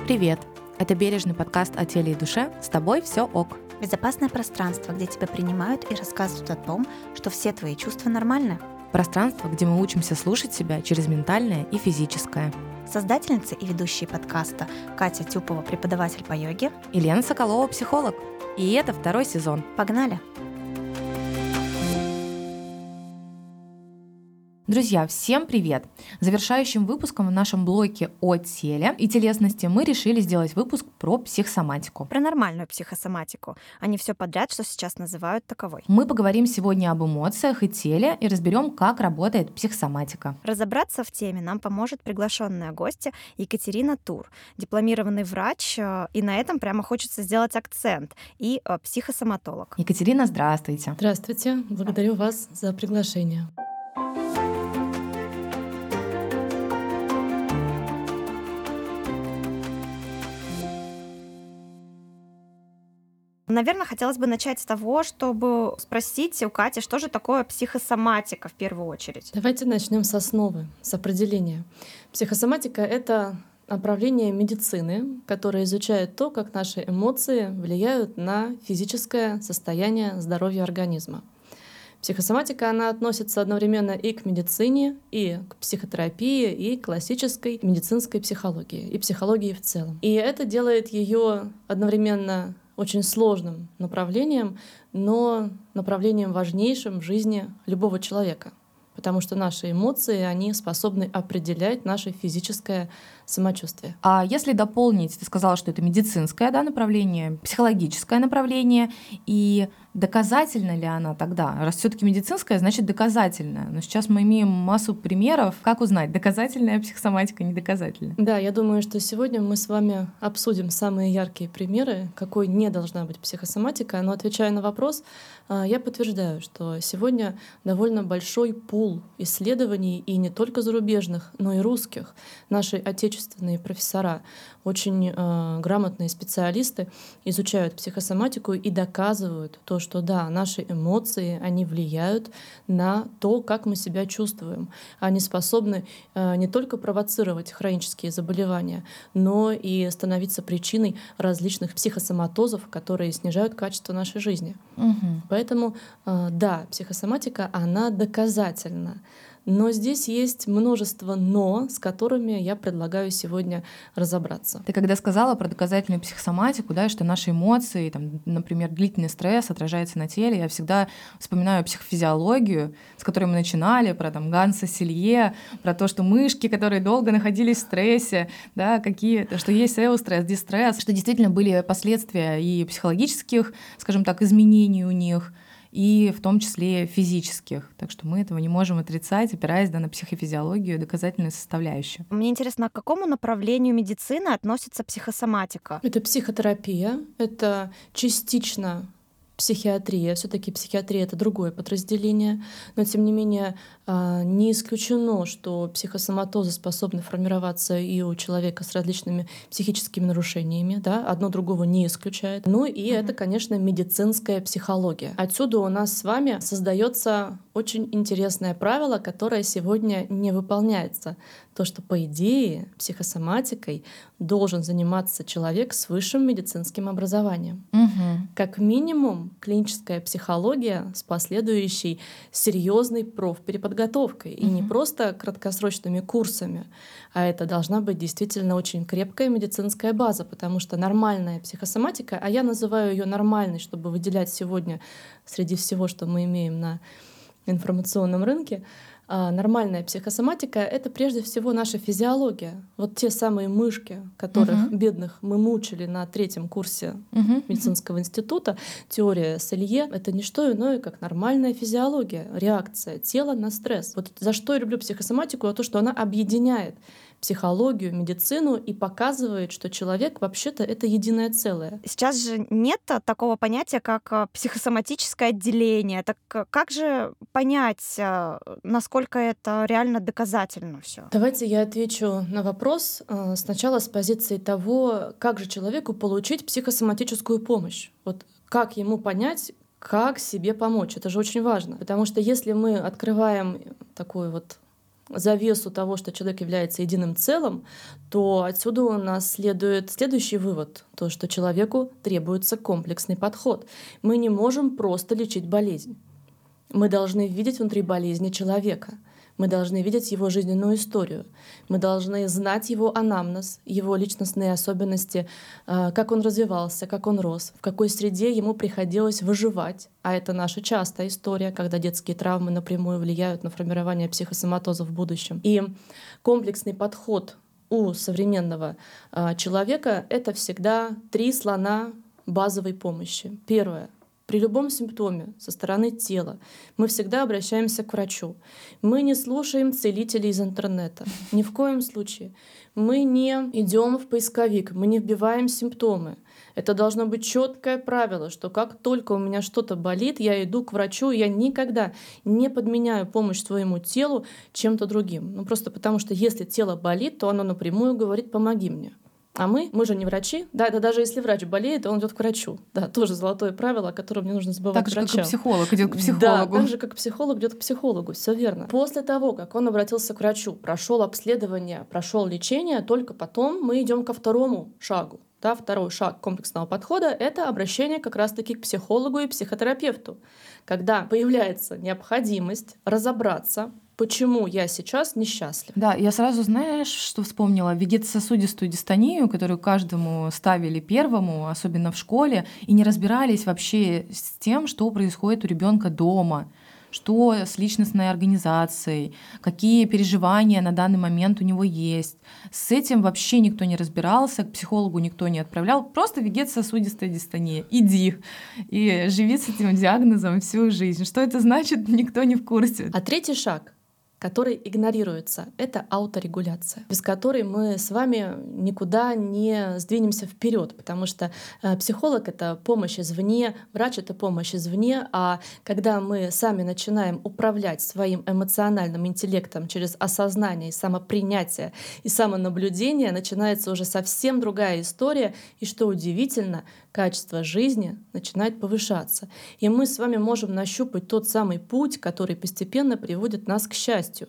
Привет! Это бережный подкаст о теле и душе. С тобой все ок. Безопасное пространство, где тебя принимают и рассказывают о том, что все твои чувства нормальны. Пространство, где мы учимся слушать себя через ментальное и физическое. Создательница и ведущие подкаста Катя Тюпова, преподаватель по йоге, и Лена Соколова, психолог. И это 2-й сезон. Погнали! Друзья, всем привет! Завершающим выпуском в нашем блоке о теле и телесности мы решили сделать выпуск про психосоматику. Про нормальную психосоматику, а не все подряд, что сейчас называют таковой. Мы поговорим сегодня об эмоциях и теле и разберем, как работает психосоматика. Разобраться в теме нам поможет приглашенная гостья Екатерина Тур, дипломированный врач, и на этом прямо хочется сделать акцент, и психосоматолог. Екатерина, здравствуйте. Здравствуйте, благодарю вас за приглашение. Наверное, хотелось бы начать с того, чтобы спросить у Кати, что же такое психосоматика в первую очередь. Давайте начнем с основы, с определения. Психосоматика — это направление медицины, которое изучает то, как наши эмоции влияют на физическое состояние здоровья организма. Психосоматика, она относится одновременно и к медицине, и к психотерапии, и к классической медицинской психологии, и психологии в целом. И это делает ее одновременно очень сложным направлением, но направлением важнейшим в жизни любого человека. Потому что наши эмоции, они способны определять наше физическое самочувствие. А если дополнить, ты сказала, что это медицинское, да, направление, психологическое направление, и доказательна ли она тогда? Раз все-таки медицинская, значит доказательная. Но сейчас мы имеем массу примеров. Как узнать, доказательная психосоматика, недоказательная? Да, я думаю, что сегодня мы с вами обсудим самые яркие примеры, какой не должна быть психосоматика. Но отвечая на вопрос, я подтверждаю, что сегодня довольно большой пул исследований, и не только зарубежных, но и русских. Наши отечественные профессора, очень грамотные специалисты изучают психосоматику и доказывают то, что да, наши эмоции, они влияют на то, как мы себя чувствуем. Они способны не только провоцировать хронические заболевания, но и становиться причиной различных психосоматозов, которые снижают качество нашей жизни. Угу. Поэтому да, психосоматика, она доказательна. Но здесь есть множество «но», с которыми я предлагаю сегодня разобраться. Ты когда сказала про доказательную психосоматику, да, что наши эмоции, там, например, длительный стресс отражается на теле, я всегда вспоминаю психофизиологию, с которой мы начинали, про там, Ганса Силье, про то, что мышки, которые долго находились в стрессе, да, что есть эустресс, дистресс, что действительно были последствия и психологических, скажем так, изменений у них, и в том числе физических. Так что мы этого не можем отрицать, опираясь на психофизиологию, доказательную составляющую. Мне интересно, к какому направлению медицины относится психосоматика? Это психотерапия, это частично психиатрия. Все-таки психиатрия — это другое подразделение, но тем не менее не исключено, что психосоматозы способны формироваться и у человека с различными психическими нарушениями, да? Одно другого не исключает. Ну и это, конечно, медицинская психология. Отсюда у нас с вами создается очень интересное правило, которое сегодня не выполняется. То, что, по идее, психосоматикой должен заниматься человек с высшим медицинским образованием. Угу. Как минимум, клиническая психология с последующей серьезной профпереподготовкой. И не просто краткосрочными курсами, а это должна быть действительно очень крепкая медицинская база, потому что нормальная психосоматика, а я называю ее нормальной, чтобы выделять сегодня среди всего, что мы имеем на информационном рынке, нормальная психосоматика — это прежде всего наша физиология. Вот те самые мышки, которых бедных мы мучили на 3-м курсе медицинского института, теория Селье — это не что иное, как нормальная физиология, реакция тела на стресс. Вот за что я люблю психосоматику, а то, что она объединяет психологию, медицину и показывает, что человек вообще-то это единое целое. Сейчас же нет такого понятия, как психосоматическое отделение. Так как же понять, насколько это реально доказательно все? Давайте я отвечу на вопрос сначала с позиции того, как же человеку получить психосоматическую помощь. Вот как ему понять, как себе помочь. Это же очень важно. Потому что если мы открываем такую вот завесу того, что человек является единым целым, то отсюда у нас следует следующий вывод, то, что человеку требуется комплексный подход. Мы не можем просто лечить болезнь. Мы должны видеть внутри болезни человека. Мы должны видеть его жизненную историю. Мы должны знать его анамнез, его личностные особенности, как он развивался, как он рос, в какой среде ему приходилось выживать. А это наша частая история, когда детские травмы напрямую влияют на формирование психосоматоза в будущем. И комплексный подход у современного человека — это всегда 3 слона базовой помощи. Первое. При любом симптоме со стороны тела мы всегда обращаемся к врачу. Мы не слушаем целителей из интернета. Ни в коем случае. Мы не идем в поисковик, мы не вбиваем симптомы. Это должно быть четкое правило, что как только у меня что-то болит, я иду к врачу, и я никогда не подменяю помощь своему телу чем-то другим. Просто потому что если тело болит, то оно напрямую говорит: «Помоги мне». А мы же не врачи. Да, это даже если врач болеет, он идет к врачу. Да, тоже золотое правило, о котором не нужно забывать. Так же, врачам. как и психолог идет к психологу. Да, так же, как психолог идет к психологу. Все верно. После того, как он обратился к врачу, прошел обследование, прошел лечение, только потом мы идем ко второму шагу. Да, второй шаг комплексного подхода — это обращение как раз-таки к психологу и психотерапевту. Когда появляется необходимость разобраться, почему я сейчас несчастлив. Да, я сразу, знаешь, что вспомнила? Вегетососудистую дистонию, которую каждому ставили первому, особенно в школе, и не разбирались вообще с тем, что происходит у ребенка дома, что с личностной организацией, какие переживания на данный момент у него есть. С этим вообще никто не разбирался, к психологу никто не отправлял. Просто вегетососудистая дистония. Иди и живи с этим диагнозом всю жизнь. Что это значит, никто не в курсе. А третий шаг, который игнорируется, это ауторегуляция, без которой мы с вами никуда не сдвинемся вперед, потому что психолог — это помощь извне, врач — это помощь извне, а когда мы сами начинаем управлять своим эмоциональным интеллектом через осознание, самопринятие и самонаблюдение, начинается уже совсем другая история, и, что удивительно, качество жизни начинает повышаться. И мы с вами можем нащупать тот самый путь, который постепенно приводит нас к счастью.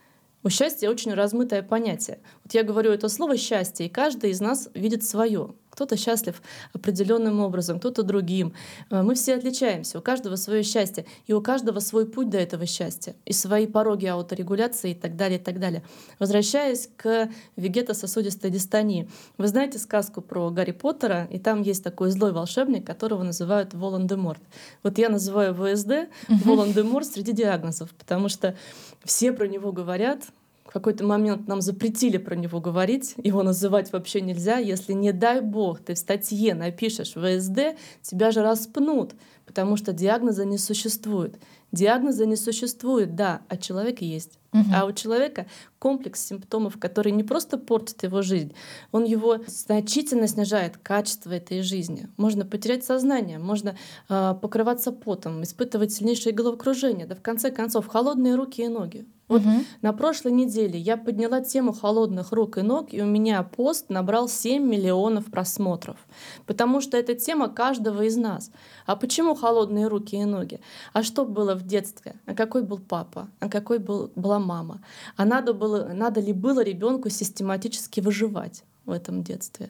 У счастья очень размытое понятие. Вот я говорю это слово «счастье», и каждый из нас видит свое. Кто-то счастлив определенным образом, кто-то другим. Мы все отличаемся, у каждого свое счастье, и у каждого свой путь до этого счастья, и свои пороги ауторегуляции и так далее, и так далее. Возвращаясь к вегетососудистой дистонии. Вы знаете сказку про Гарри Поттера, и там есть такой злой волшебник, которого называют Волан-де-Морт. Вот я называю ВСД Волан-де-Морт среди диагнозов, потому что все про него говорят. В какой-то момент нам запретили про него говорить, его называть вообще нельзя. Если, не дай бог, ты в статье напишешь ВСД, тебя же распнут, потому что диагноза не существует. Диагноза не существует, да, а человек есть. А у человека комплекс симптомов, который не просто портит его жизнь, он его значительно снижает качество этой жизни. Можно потерять сознание, можно покрываться потом, испытывать сильнейшее головокружение, да в конце концов холодные руки и ноги. Вот на прошлой неделе я подняла тему холодных рук и ног, и у меня пост набрал 7 миллионов просмотров. Потому что это тема каждого из нас. А почему холодные руки и ноги? А что было в детстве? А какой был папа? А какой была мама? А надо ли было ребенку систематически выживать в этом детстве?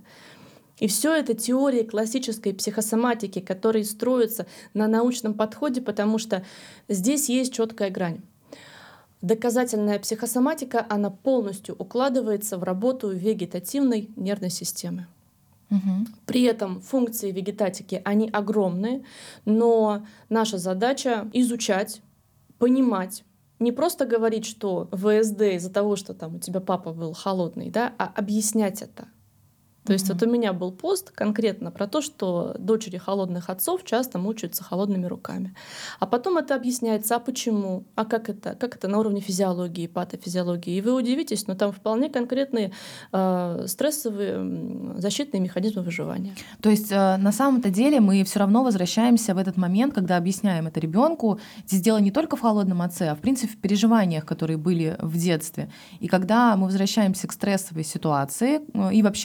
И все это теории классической психосоматики, которые строятся на научном подходе, потому что здесь есть четкая грань. Доказательная психосоматика, она полностью укладывается в работу вегетативной нервной системы. При этом функции вегетатики, они огромные, но наша задача изучать, понимать, не просто говорить, что ВСД из-за того, что там у тебя папа был холодный, да, а объяснять это. То есть вот у меня был пост конкретно про то, что дочери холодных отцов часто мучаются холодными руками. А потом это объясняется, а почему, а как это на уровне физиологии, патофизиологии. И вы удивитесь, но там вполне конкретные стрессовые защитные механизмы выживания. То есть на самом-то деле мы все равно возвращаемся в этот момент, когда объясняем это ребенку. Здесь дело не только в холодном отце, а в принципе в переживаниях, которые были в детстве. И когда мы возвращаемся к стрессовой ситуации и вообще к стрессовым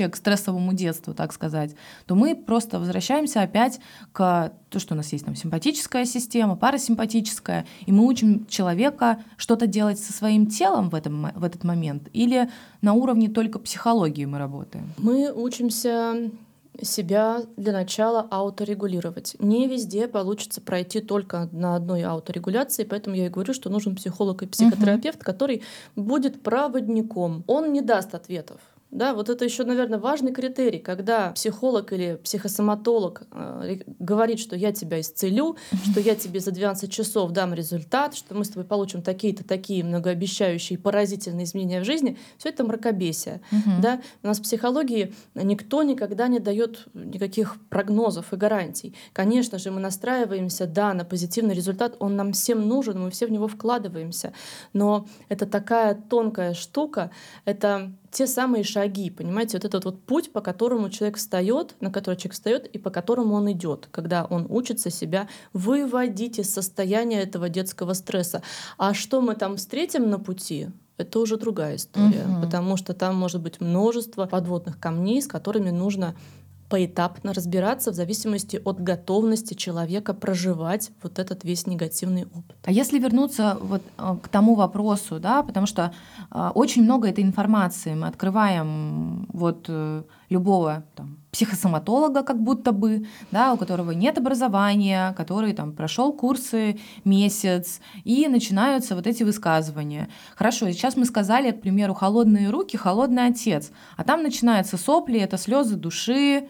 стрессовому детству, так сказать, то мы просто возвращаемся опять к тому, что у нас есть там симпатическая система, парасимпатическая, и мы учим человека что-то делать со своим телом в этот момент, или на уровне только психологии мы работаем? Мы учимся себя для начала ауторегулировать. Не везде получится пройти только на одной ауторегуляции, поэтому я и говорю, что нужен психолог и психотерапевт, который будет проводником. Он не даст ответов. Да, вот это еще, наверное, важный критерий, когда психолог или психосоматолог говорит, что я тебя исцелю, что я тебе за 12 часов дам результат, что мы с тобой получим такие-то такие многообещающие поразительные изменения в жизни, все это мракобесие. Да? У нас в психологии никто никогда не дает никаких прогнозов и гарантий. Конечно же, мы настраиваемся, да, на позитивный результат, он нам всем нужен, мы все в него вкладываемся, но это такая тонкая штука, это те самые шаги, понимаете, вот этот вот путь, по которому человек встает, на который человек встает и по которому он идет, когда он учится себя выводить из состояния этого детского стресса. А что мы там встретим на пути? Это уже другая история, потому что там может быть множество подводных камней, с которыми нужно поэтапно разбираться в зависимости от готовности человека проживать вот этот весь негативный опыт. А если вернуться вот к тому вопросу, да, потому что очень много этой информации мы открываем вот любого там психосоматолога, как будто бы, да, у которого нет образования, который там прошел курсы месяц, и начинаются вот эти высказывания. Хорошо, сейчас мы сказали, к примеру, холодные руки, холодный отец, а там начинаются сопли, это слезы души.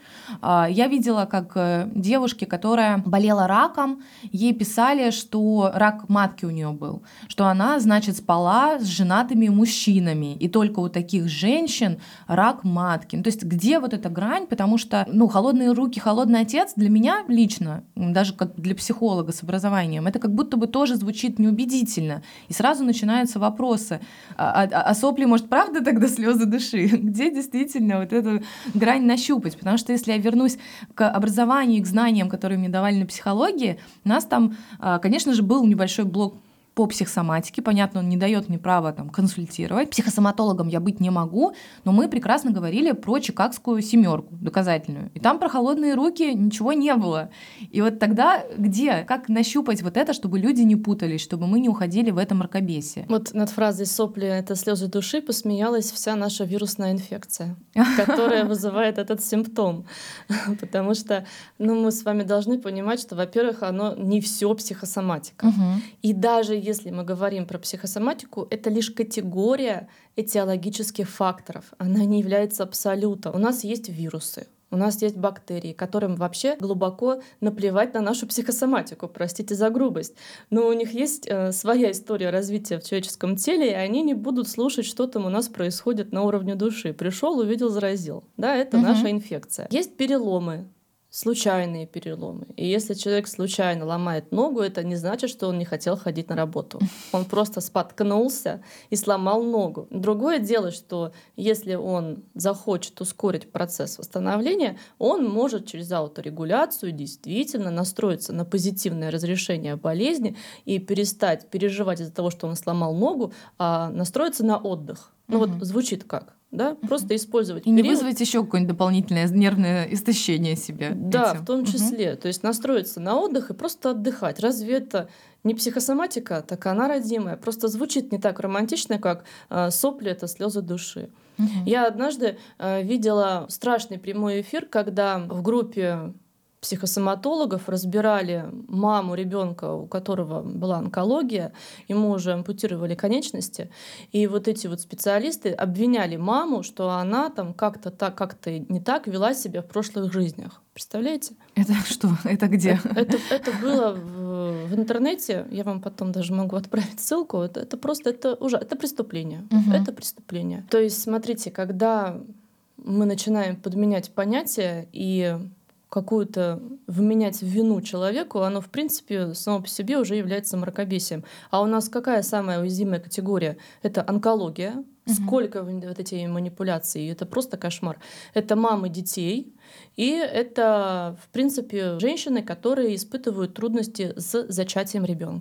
Я видела, как девушке, которая болела раком, ей писали, что рак матки у нее был, что она, значит, спала с женатыми мужчинами, и только у таких женщин рак матки. Ну, то есть где вот эта грань, потому что, холодные руки, холодный отец для меня лично, даже как для психолога с образованием, это как будто бы тоже звучит неубедительно. И сразу начинаются вопросы. А сопли, может, правда тогда слезы души? Где действительно вот эту грань нащупать? Потому что если я вернусь к образованию и к знаниям, которые мне давали на психологии, у нас там, конечно же, был небольшой блок по психосоматике. Понятно, он не дает мне права там консультировать. Психосоматологом я быть не могу, но мы прекрасно говорили про Чикагскую семерку доказательную. И там про холодные руки ничего не было. И вот тогда где? Как нащупать вот это, чтобы люди не путались, чтобы мы не уходили в это мракобесие? Вот над фразой «сопли — это слезы души» посмеялась вся наша вирусная инфекция, которая вызывает этот симптом. Потому что мы с вами должны понимать, что, во-первых, оно не все психосоматика. И даже если мы говорим про психосоматику, это лишь категория этиологических факторов. Она не является абсолютом. У нас есть вирусы, у нас есть бактерии, которым вообще глубоко наплевать на нашу психосоматику, простите за грубость. Но у них есть своя история развития в человеческом теле, и они не будут слушать, что там у нас происходит на уровне души. Пришел, увидел, заразил. Да, это наша инфекция. Есть переломы, случайные переломы. И если человек случайно ломает ногу, это не значит, что он не хотел ходить на работу. Он просто споткнулся и сломал ногу. Другое дело, что если он захочет ускорить процесс восстановления, он может через ауторегуляцию действительно настроиться на позитивное разрешение болезни и перестать переживать из-за того, что он сломал ногу, а настроиться на отдых. Вот звучит как? Да? Просто использовать и не вызвать еще какое-нибудь дополнительное нервное истощение себе. Да, в том числе. То есть настроиться на отдых и просто отдыхать. Разве это не психосоматика? Так она родимая. Просто звучит не так романтично, как сопли — это слезы души. Я однажды видела страшный прямой эфир, когда в группе психосоматологов разбирали маму ребенка, у которого была онкология, ему уже ампутировали конечности, и вот эти вот специалисты обвиняли маму, что она там как-то не так вела себя в прошлых жизнях. Представляете? Это что? Это где? Это было в интернете. Я вам потом даже могу отправить ссылку. Это преступление. Это преступление. То есть, смотрите, когда мы начинаем подменять понятия и какую-то вменять в вину человеку, оно, в принципе, само по себе уже является мракобесием. А у нас какая самая уязвимая категория? Это онкология. Сколько вот этих манипуляций, это просто кошмар. Это мамы детей, и это, в принципе, женщины, которые испытывают трудности с зачатием ребенка.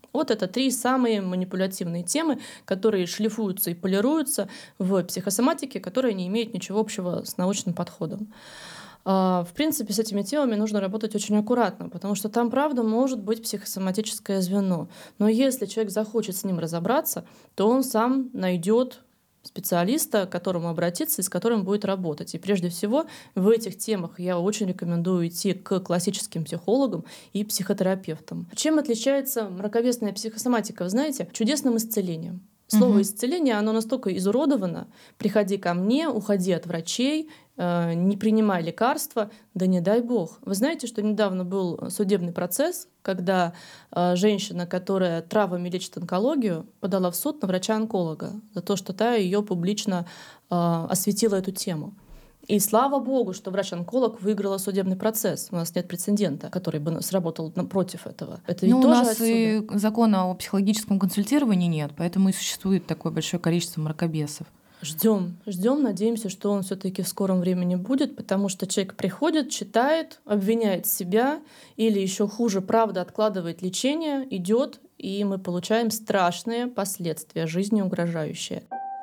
Вот это 3 самые манипулятивные темы, которые шлифуются и полируются в психосоматике, которые не имеют ничего общего с научным подходом. В принципе, с этими темами нужно работать очень аккуратно, потому что там, правда, может быть психосоматическое звено. Но если человек захочет с ним разобраться, то он сам найдет специалиста, к которому обратиться и с которым будет работать. И прежде всего в этих темах я очень рекомендую идти к классическим психологам и психотерапевтам. Чем отличается мракобесная психосоматика? Вы знаете, чудесным исцелением. Слово «исцеление», оно настолько изуродовано. Приходи ко мне, уходи от врачей, не принимай лекарства, да не дай бог. Вы знаете, что недавно был судебный процесс, когда женщина, которая травами лечит онкологию, подала в суд на врача-онколога за то, что та ее публично осветила эту тему. И слава богу, что врач-онколог выиграла судебный процесс. У нас нет прецедента, который бы сработал против этого. Это ведь у тоже нас отсюда. и закона о психологическом консультировании нет, поэтому и существует такое большое количество мракобесов. Ждем, надеемся, что он все-таки в скором времени будет, потому что человек приходит, читает, обвиняет себя или еще хуже, правда, откладывает лечение, идет, и мы получаем страшные последствия, жизни угрожающие.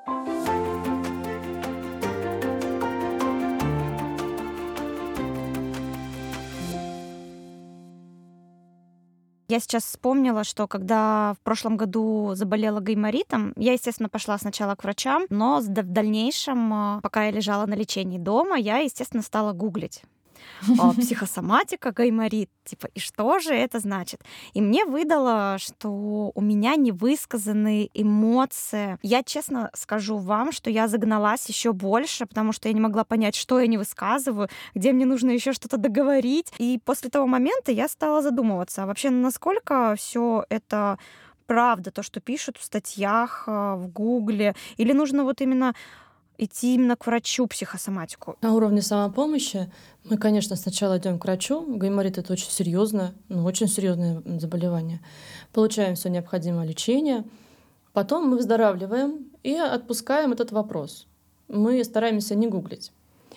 Я сейчас вспомнила, что когда в прошлом году заболела гайморитом, я, естественно, пошла сначала к врачам, но в дальнейшем, пока я лежала на лечении дома, я, естественно, стала гуглить. Психосоматика, гайморит, типа, и что же это значит? И мне выдало, что у меня невысказанные эмоции. Я честно скажу вам, что я загналась еще больше, потому что я не могла понять, что я не высказываю, где мне нужно еще что-то договорить. И после того момента я стала задумываться, а вообще насколько все это правда, то, что пишут в статьях, в Гугле, или нужно вот именно идти именно к врачу психосоматику? На уровне самопомощи мы, конечно, сначала идем к врачу. Гайморит — это очень серьезное, очень серьезное заболевание. Получаем все необходимое лечение. Потом мы выздоравливаем и отпускаем этот вопрос. Мы стараемся не гуглить.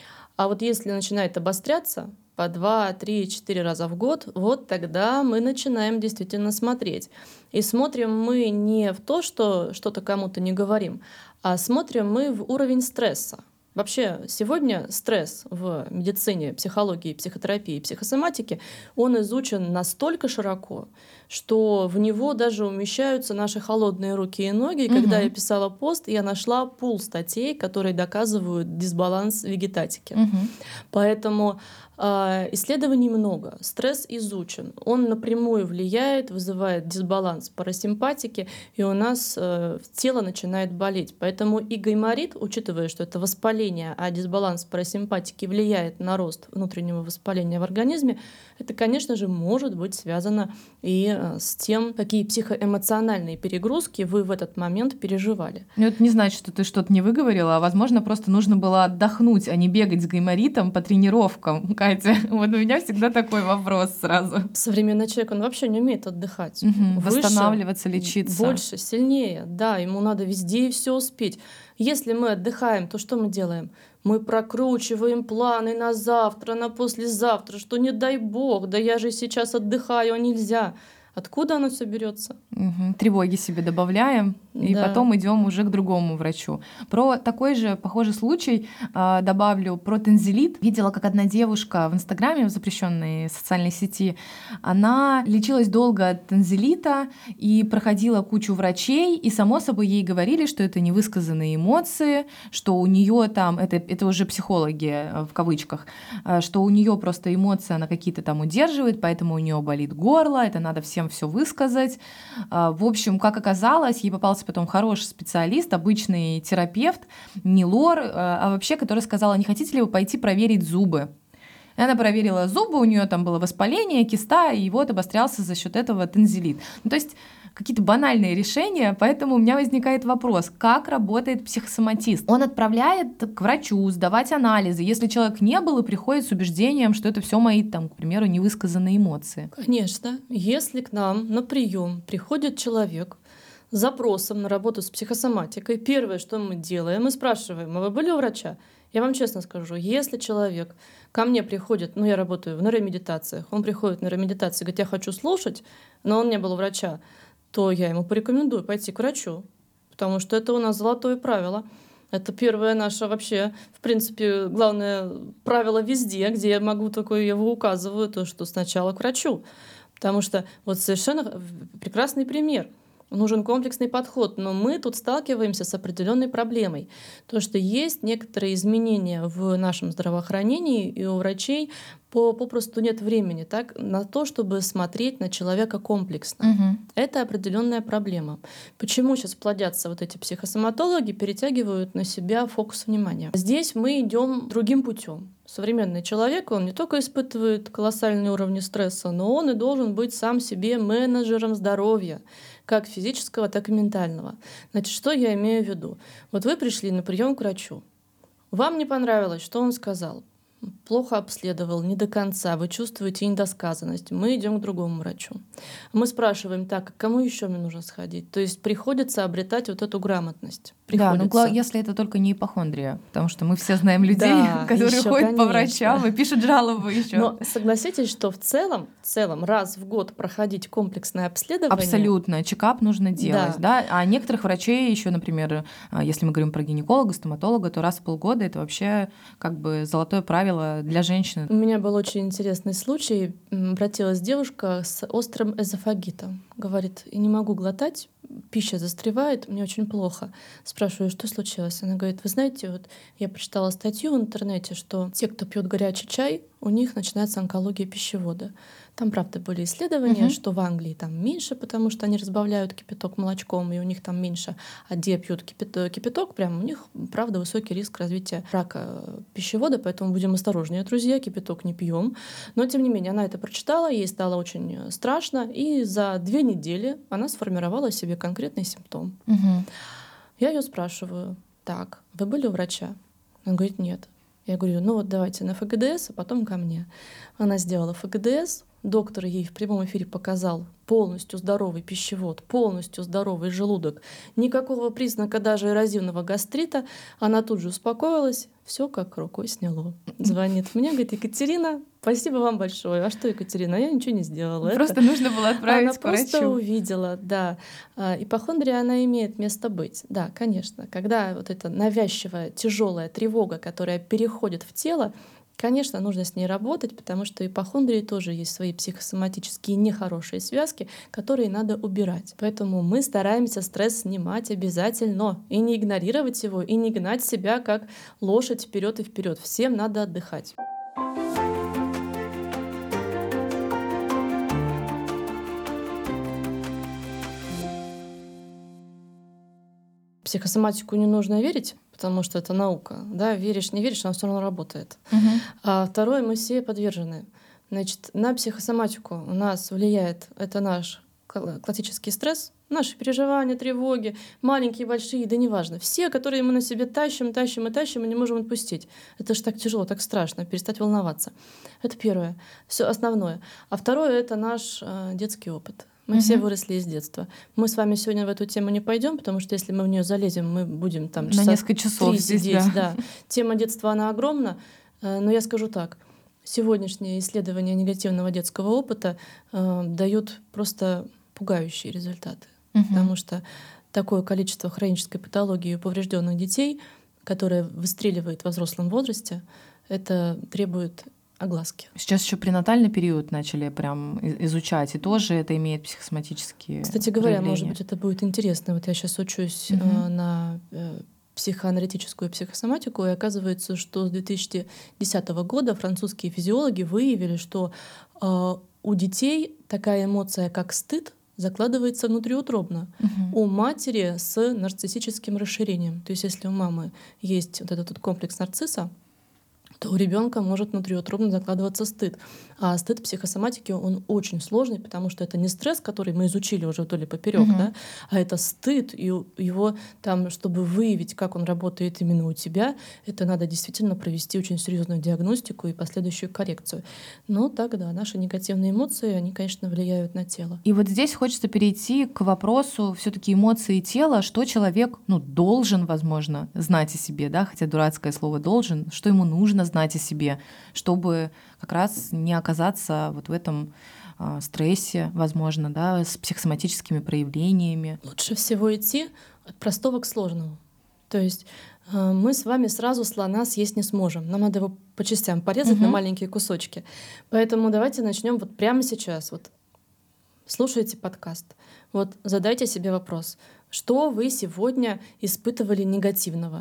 А вот если начинает обостряться по 2, 3, 4 раза в год, вот тогда мы начинаем действительно смотреть. И смотрим мы не в то, что что-то кому-то не говорим, а смотрим мы в уровень стресса. Вообще сегодня стресс в медицине, психологии, психотерапии, психосоматике, он изучен настолько широко, что в него даже умещаются наши холодные руки и ноги. И когда я писала пост, я нашла пул статей, которые доказывают дисбаланс вегетатики. Поэтому исследований много. Стресс изучен. Он напрямую влияет, вызывает дисбаланс парасимпатики, и у нас тело начинает болеть. Поэтому и гайморит, учитывая, что это воспаление, а дисбаланс парасимпатики влияет на рост внутреннего воспаления в организме, это, конечно же, может быть связано и с тем, какие психоэмоциональные перегрузки вы в этот момент переживали. Это не значит, что ты что-то не выговорила, а, возможно, просто нужно было отдохнуть, а не бегать с гайморитом по тренировкам. Катя, вот у меня всегда такой вопрос сразу. Современный человек, он вообще не умеет отдыхать. Выше, восстанавливаться, лечиться. Больше, сильнее. Да, ему надо везде и все успеть. Если мы отдыхаем, то что мы делаем? Мы прокручиваем планы на завтра, на послезавтра, что не дай бог, да я же сейчас отдыхаю, а нельзя. Откуда оно все берется? Тревоги себе добавляем, и потом идем уже к другому врачу. Про такой же похожий случай добавлю про танзелит. Видела, как одна девушка в Инстаграме, в запрещенной социальной сети, она лечилась долго от танзелита и проходила кучу врачей, и само собой ей говорили, что это невысказанные эмоции, что у нее там, это уже психологи в кавычках, что у нее просто эмоции она какие-то там удерживает, поэтому у нее болит горло, это надо всем все высказать. В общем, как оказалось, ей попался потом хороший специалист, обычный терапевт, не лор, а вообще, который сказала: не хотите ли вы пойти проверить зубы? И она проверила зубы, у нее там было воспаление, киста, и вот обострялся за счет этого танзелит. То есть какие-то банальные решения, поэтому у меня возникает вопрос, как работает психосоматист? Он отправляет к врачу сдавать анализы, если человек не был и приходит с убеждением, что это все мои, там, к примеру, невысказанные эмоции. Конечно, если к нам на прием приходит человек с запросом на работу с психосоматикой, первое, что мы делаем, мы спрашиваем: а вы были у врача? Я вам честно скажу, если человек ко мне приходит, я работаю в нейромедитациях, он приходит в нейромедитацию и говорит: я хочу слушать, но он не был у врача, то я ему порекомендую пойти к врачу, потому что это у нас золотое правило. Это первое наше вообще, в принципе, главное правило везде, где я могу такое, я его указываю, то, что сначала к врачу. Потому что вот совершенно прекрасный пример. Нужен комплексный подход, но мы тут сталкиваемся с определенной проблемой. То, что есть некоторые изменения в нашем здравоохранении, и у врачей попросту нет времени так, на то, чтобы смотреть на человека комплексно. Мгм. Это определенная проблема. Почему сейчас плодятся вот эти психосоматологи, перетягивают на себя фокус внимания? Здесь мы идем другим путем. Современный человек, он не только испытывает колоссальные уровни стресса, но он и должен быть сам себе менеджером здоровья, как физического, так и ментального. Значит, что я имею в виду? Вот вы пришли на прием к врачу. Вам не понравилось, что он сказал? Плохо обследовал, не до конца, вы чувствуете недосказанность. Мы идем к другому врачу. Мы спрашиваем, так, к кому еще мне нужно сходить? То есть приходится обретать вот эту грамотность. Да, но Приходится. если это только не ипохондрия, потому что мы все знаем людей, Да, которые ещё, ходят по конечно. врачам и пишут жалобы еще. Но согласитесь, что в целом раз в год проходить комплексное обследование. Абсолютно. Чекап нужно делать, да. А некоторых врачей еще, например, если мы говорим про гинеколога, стоматолога, то раз в полгода это вообще как бы золотое правило для женщины. У меня был очень интересный случай. Обратилась девушка с острым эзофагитом. Говорит, я не могу глотать, пища застревает, мне очень плохо. Спрашиваю, что случилось? Она говорит, вы знаете, вот я прочитала статью в интернете, что те, кто пьет горячий чай, у них начинается онкология пищевода. Там, правда, были исследования, что в Англии там меньше, потому что они разбавляют кипяток молочком, и у них там меньше. А где пьют кипяток, прям у них, правда, высокий риск развития рака пищевода, поэтому будем осторожнее, друзья, кипяток не пьем. Но, тем не менее, она это прочитала, ей стало очень страшно, и за 2 недели она сформировала себе конкретный симптом. Мгм. Я ее спрашиваю, так, вы были у врача? Она говорит, нет. Я говорю, ну вот давайте на ФГДС, а потом ко мне. Она сделала ФГДС, доктор ей в прямом эфире показал полностью здоровый пищевод, полностью здоровый желудок, никакого признака даже эрозивного гастрита. Она тут же успокоилась, все как рукой сняло. Звонит мне, говорит, Екатерина, спасибо вам большое. А что, Екатерина, я ничего не сделала. Просто нужно было отправить Она к просто врачу. увидела, да. Ипохондрия, она имеет место быть. Да, конечно. Когда вот эта навязчивая, тяжелая тревога, которая переходит в тело, конечно, нужно с ней работать, потому что у ипохондрии тоже есть свои психосоматические нехорошие связки, которые надо убирать. Поэтому мы стараемся стресс снимать обязательно и не игнорировать его, и не гнать себя как лошадь вперед и вперед. Всем надо отдыхать. Психосоматику не нужно верить, потому что это наука. Да? Веришь, не веришь, она все равно работает. Мгм. А второе, мы все подвержены. Значит, на психосоматику у нас влияет это наш классический стресс, наши переживания, тревоги, маленькие, большие, да неважно. Все, которые мы на себе тащим и не можем отпустить. Это же так тяжело, так страшно, перестать волноваться. Это первое, все основное. А второе — это наш детский опыт. Мы все выросли из детства. Мы с вами сегодня в эту тему не пойдем, потому что если мы в нее залезем, мы будем там На несколько часов 3 здесь, сидеть. да. Да. Тема детства, она огромна, но я скажу так. Сегодняшние исследования негативного детского опыта дают просто пугающие результаты. Потому что такое количество хронической патологии у поврежденных детей, которое выстреливает во взрослом возрасте, это требует огласки. Сейчас еще пренатальный период начали прям изучать, и тоже это имеет психосоматические Кстати говоря, проявления. может быть, это будет интересно. Вот я сейчас учусь на психоаналитическую психосоматику, и оказывается, что с 2010 года французские физиологи выявили, что у детей такая эмоция, как стыд, закладывается внутриутробно у матери с нарциссическим расширением. То есть если у мамы есть вот этот комплекс нарцисса, то у ребенка может внутриутробно закладываться стыд. А стыд в психосоматике, он очень сложный, потому что это не стресс, который мы изучили уже вдоль и поперёк, да, а это стыд, и его там, чтобы выявить, как он работает именно у тебя, это надо действительно провести очень серьезную диагностику и последующую коррекцию. Но тогда наши негативные эмоции, они, конечно, влияют на тело. И вот здесь хочется перейти к вопросу все-таки эмоции тела, что человек, должен, возможно, знать о себе, да, хотя дурацкое слово «должен», что ему нужно знать о себе, чтобы как раз не оказаться вот в этом стрессе, возможно, да, с психосоматическими проявлениями. Лучше всего идти от простого к сложному. То есть мы с вами сразу слона съесть не сможем. Нам надо его по частям порезать на маленькие кусочки. Поэтому давайте начнем вот прямо сейчас. Вот слушайте подкаст. Вот задайте себе вопрос. Что вы сегодня испытывали негативного?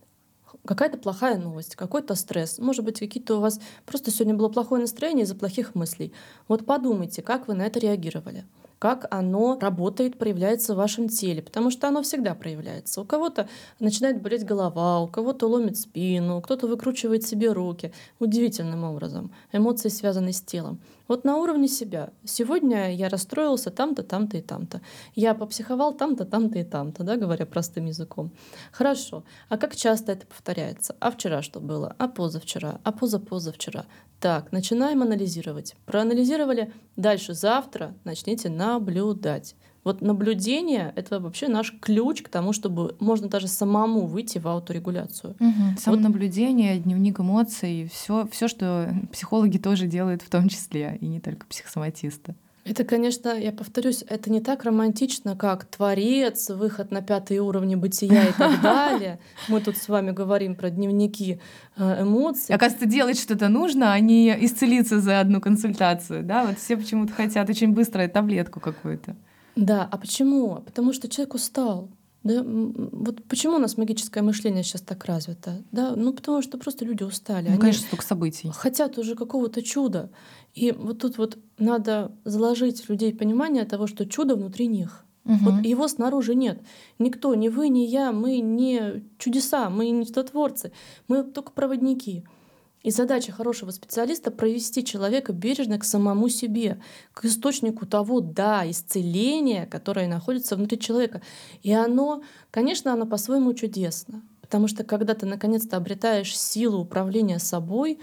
Какая-то плохая новость, какой-то стресс. Может быть, какие-то у вас просто сегодня было плохое настроение из-за плохих мыслей. Вот подумайте, как вы на это реагировали. Как оно работает, проявляется в вашем теле, потому что оно всегда проявляется. У кого-то начинает болеть голова, у кого-то ломит спину, кто-то выкручивает себе руки. Удивительным образом. Эмоции связаны с телом. Вот на уровне себя. Сегодня я расстроился там-то, там-то и там-то. Я попсиховал там-то, там-то и там-то, да, говоря простым языком. Хорошо. А как часто это повторяется? А вчера что было? А позавчера? А позапозавчера? Так, начинаем анализировать. Проанализировали. Дальше завтра начните наблюдать. Вот наблюдение — это вообще наш ключ к тому, чтобы можно даже самому выйти в ауторегуляцию. Самонаблюдение, дневник эмоций, все, что психологи тоже делают в том числе, и не только психосоматисты. Это, конечно, я повторюсь, это не так романтично, как творец, выход на 5-й уровни бытия и так далее. Мы тут с вами говорим про дневники эмоций. Оказывается, делать что-то нужно, а не исцелиться за одну консультацию. Да? Вот все почему-то хотят очень быстро таблетку какую-то. Да, а почему? Потому что человек устал. Да? Вот почему у нас магическое мышление сейчас так развито? Да? Ну, потому что просто люди устали. Они, конечно, столько событий. Хотят уже какого-то чуда. И вот тут вот надо заложить в людей понимание того, что чудо внутри них. Вот его снаружи нет. Никто, ни вы, ни я, мы не чудеса, мы не чудотворцы, мы только проводники. И задача хорошего специалиста — провести человека бережно к самому себе, к источнику того, исцеления, которое находится внутри человека. И оно, конечно, оно по-своему чудесно. Потому что когда ты наконец-то обретаешь силу управления собой,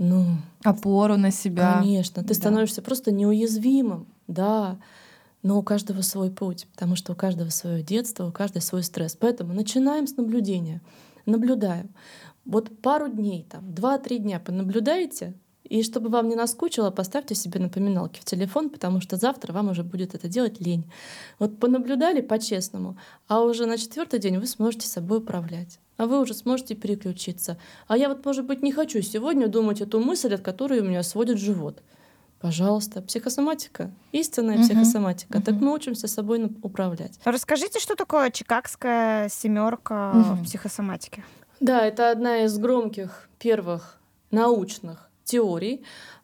опору на себя. Конечно, ты становишься просто неуязвимым, да. Но у каждого свой путь, потому что у каждого свое детство, у каждого свой стресс. Поэтому начинаем с наблюдения. Наблюдаем. Вот пару дней, 2-3 дня понаблюдайте, и чтобы вам не наскучило, поставьте себе напоминалки в телефон, потому что завтра вам уже будет это делать лень. Вот понаблюдали по-честному, а уже на 4-й день вы сможете собой управлять. А вы уже сможете переключиться. А я вот, может быть, не хочу сегодня думать эту мысль, от которой у меня сводит живот. Пожалуйста, психосоматика, истинная психосоматика. Так мы учимся собой управлять. Расскажите, что такое Чикагская семерка в психосоматике? Да, это одна из громких первых научных теорий.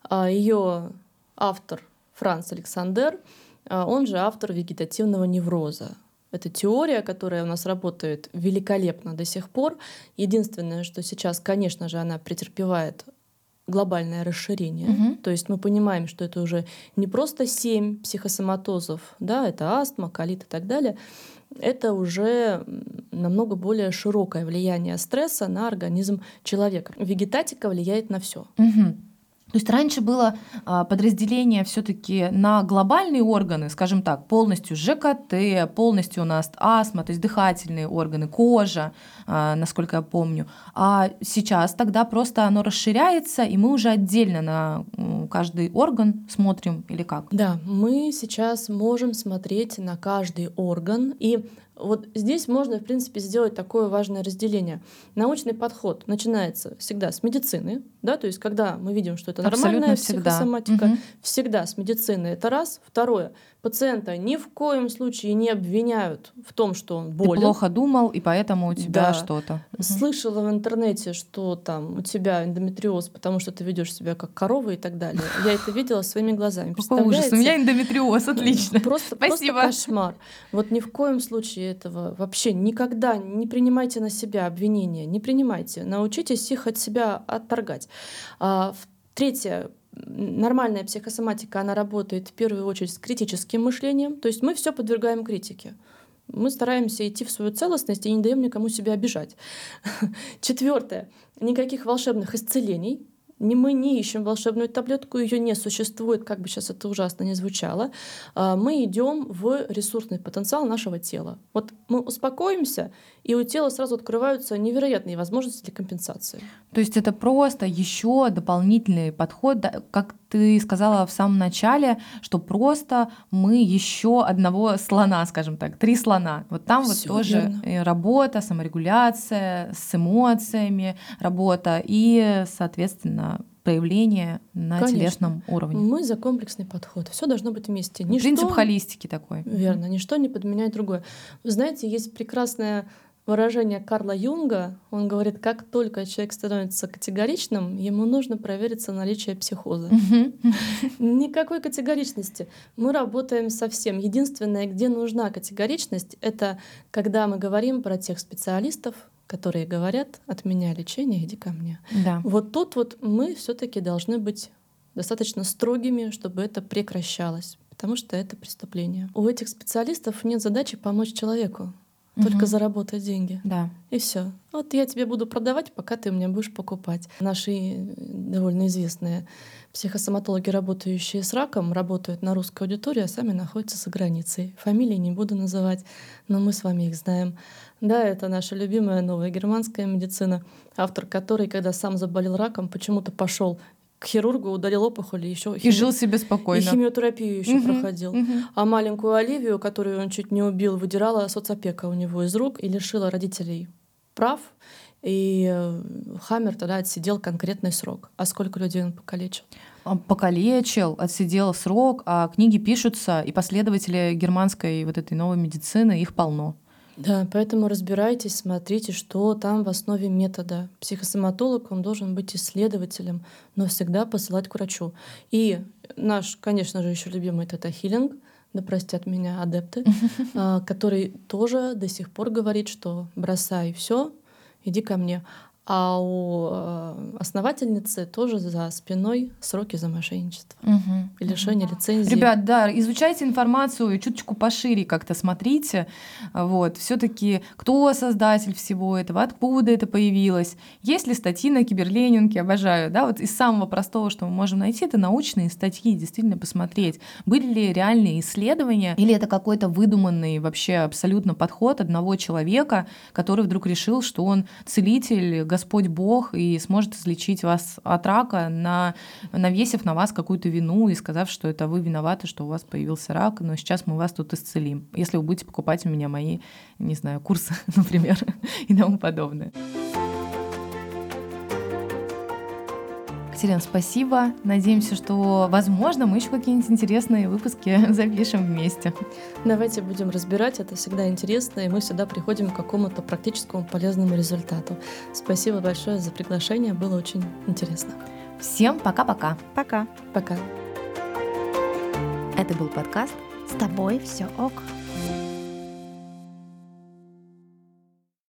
Ее автор Франц Александер, он же автор вегетативного невроза. Это теория, которая у нас работает великолепно до сих пор. Единственное, что сейчас, конечно же, она претерпевает глобальное расширение. То есть мы понимаем, что это уже не просто 7 психосоматозов, да, это астма, колит и так далее. Это уже намного более широкое влияние стресса на организм человека. Вегетатика влияет на все. То есть раньше было подразделение все-таки на глобальные органы, скажем так, полностью ЖКТ, полностью у нас астма, то есть дыхательные органы, кожа, насколько я помню. А сейчас тогда просто оно расширяется, и мы уже отдельно на каждый орган смотрим или как? Да, мы сейчас можем смотреть на каждый орган, и вот здесь можно, в принципе, сделать такое важное разделение. Научный подход начинается всегда с медицины, да, то есть когда мы видим, что это нормальная психосоматика, всегда с медицины. Это раз. Второе. Пациента ни в коем случае не обвиняют в том, что он болен. Ты плохо думал, и поэтому у тебя что-то. Слышала в интернете, что там у тебя эндометриоз, потому что ты ведешь себя как корова и так далее. Я это видела своими глазами. Какой ужас, у меня эндометриоз, отлично. Просто кошмар. Вот ни в коем случае этого вообще никогда не принимайте на себя обвинения, не принимайте. Научитесь их от себя отторгать. Третье. Нормальная психосоматика, она работает в первую очередь с критическим мышлением, то есть мы все подвергаем критике. Мы стараемся идти в свою целостность и не даем никому себя обижать. 4. Никаких волшебных исцелений. Мы не ищем волшебную таблетку, ее не существует, как бы сейчас это ужасно не звучало. Мы идем в ресурсный потенциал нашего тела. Вот мы успокоимся, и у тела сразу открываются невероятные возможности для компенсации. То есть это просто еще дополнительный подход, да, как ты сказала в самом начале, что просто мы еще одного слона, скажем так, 3 слона. Вот там вот тоже верно. Работа, саморегуляция, с эмоциями работа и, соответственно, проявление на Конечно. Телесном уровне. Мы за комплексный подход. Все должно быть вместе. Принцип холистики такой. Верно. Ничто не подменяет другое. Вы знаете, есть прекрасное выражение Карла Юнга. Он говорит, как только человек становится категоричным, ему нужно провериться наличие психоза. Никакой категоричности. Мы работаем со всем. Единственное, где нужна категоричность, это когда мы говорим про тех специалистов, которые говорят: от меня лечение, иди ко мне. Да. Вот тут вот мы все-таки должны быть достаточно строгими, чтобы это прекращалось, потому что это преступление. У этих специалистов нет задачи помочь человеку, только заработать деньги. Да. И все. Вот я тебе буду продавать, пока ты у меня будешь покупать. Наши довольно известные психосоматологи, работающие с раком, работают на русской аудитории, а сами находятся за границей. Фамилии не буду называть, но мы с вами их знаем. Да, это наша любимая новая германская медицина, автор которой, когда сам заболел раком, почему-то пошел к хирургу, удалил опухоль и жил себе спокойно. И химиотерапию еще проходил. А маленькую Оливию, которую он чуть не убил, выдирала соцопека у него из рук и лишила родителей прав. И Хаммер тогда отсидел конкретный срок. А сколько людей он покалечил? Покалечил, отсидел срок, а книги пишутся, и последователи германской вот этой новой медицины, их полно. Да, поэтому разбирайтесь, смотрите, что там в основе метода. Психосоматолог, он должен быть исследователем, но всегда посылать к врачу. И наш, конечно же, еще любимый тета-хилинг, да простят меня адепты, который тоже до сих пор говорит, что бросай все, иди ко мне. А у основательницы тоже за спиной сроки за мошенничество и лишение лицензии. Ребят, да, изучайте информацию и чуточку пошире как-то смотрите. Вот. Все-таки кто создатель всего этого, откуда это появилось, есть ли статьи на Киберленинге, обожаю. Да? Вот из самого простого, что мы можем найти, это научные статьи, действительно посмотреть, были ли реальные исследования, или это какой-то выдуманный вообще абсолютно подход одного человека, который вдруг решил, что он целитель, Господь Бог, и сможет излечить вас от рака, навесив на вас какую-то вину и сказав, что это вы виноваты, что у вас появился рак, но сейчас мы вас тут исцелим, если вы будете покупать у меня мои, не знаю, курсы, например, и тому подобное. Катерина, спасибо. Надеемся, что, возможно, мы еще какие-нибудь интересные выпуски запишем вместе. Давайте будем разбирать, это всегда интересно, и мы всегда приходим к какому-то практическому полезному результату. Спасибо большое за приглашение, было очень интересно. Всем пока-пока. Пока. Пока. Это был подкаст «С тобой все ок».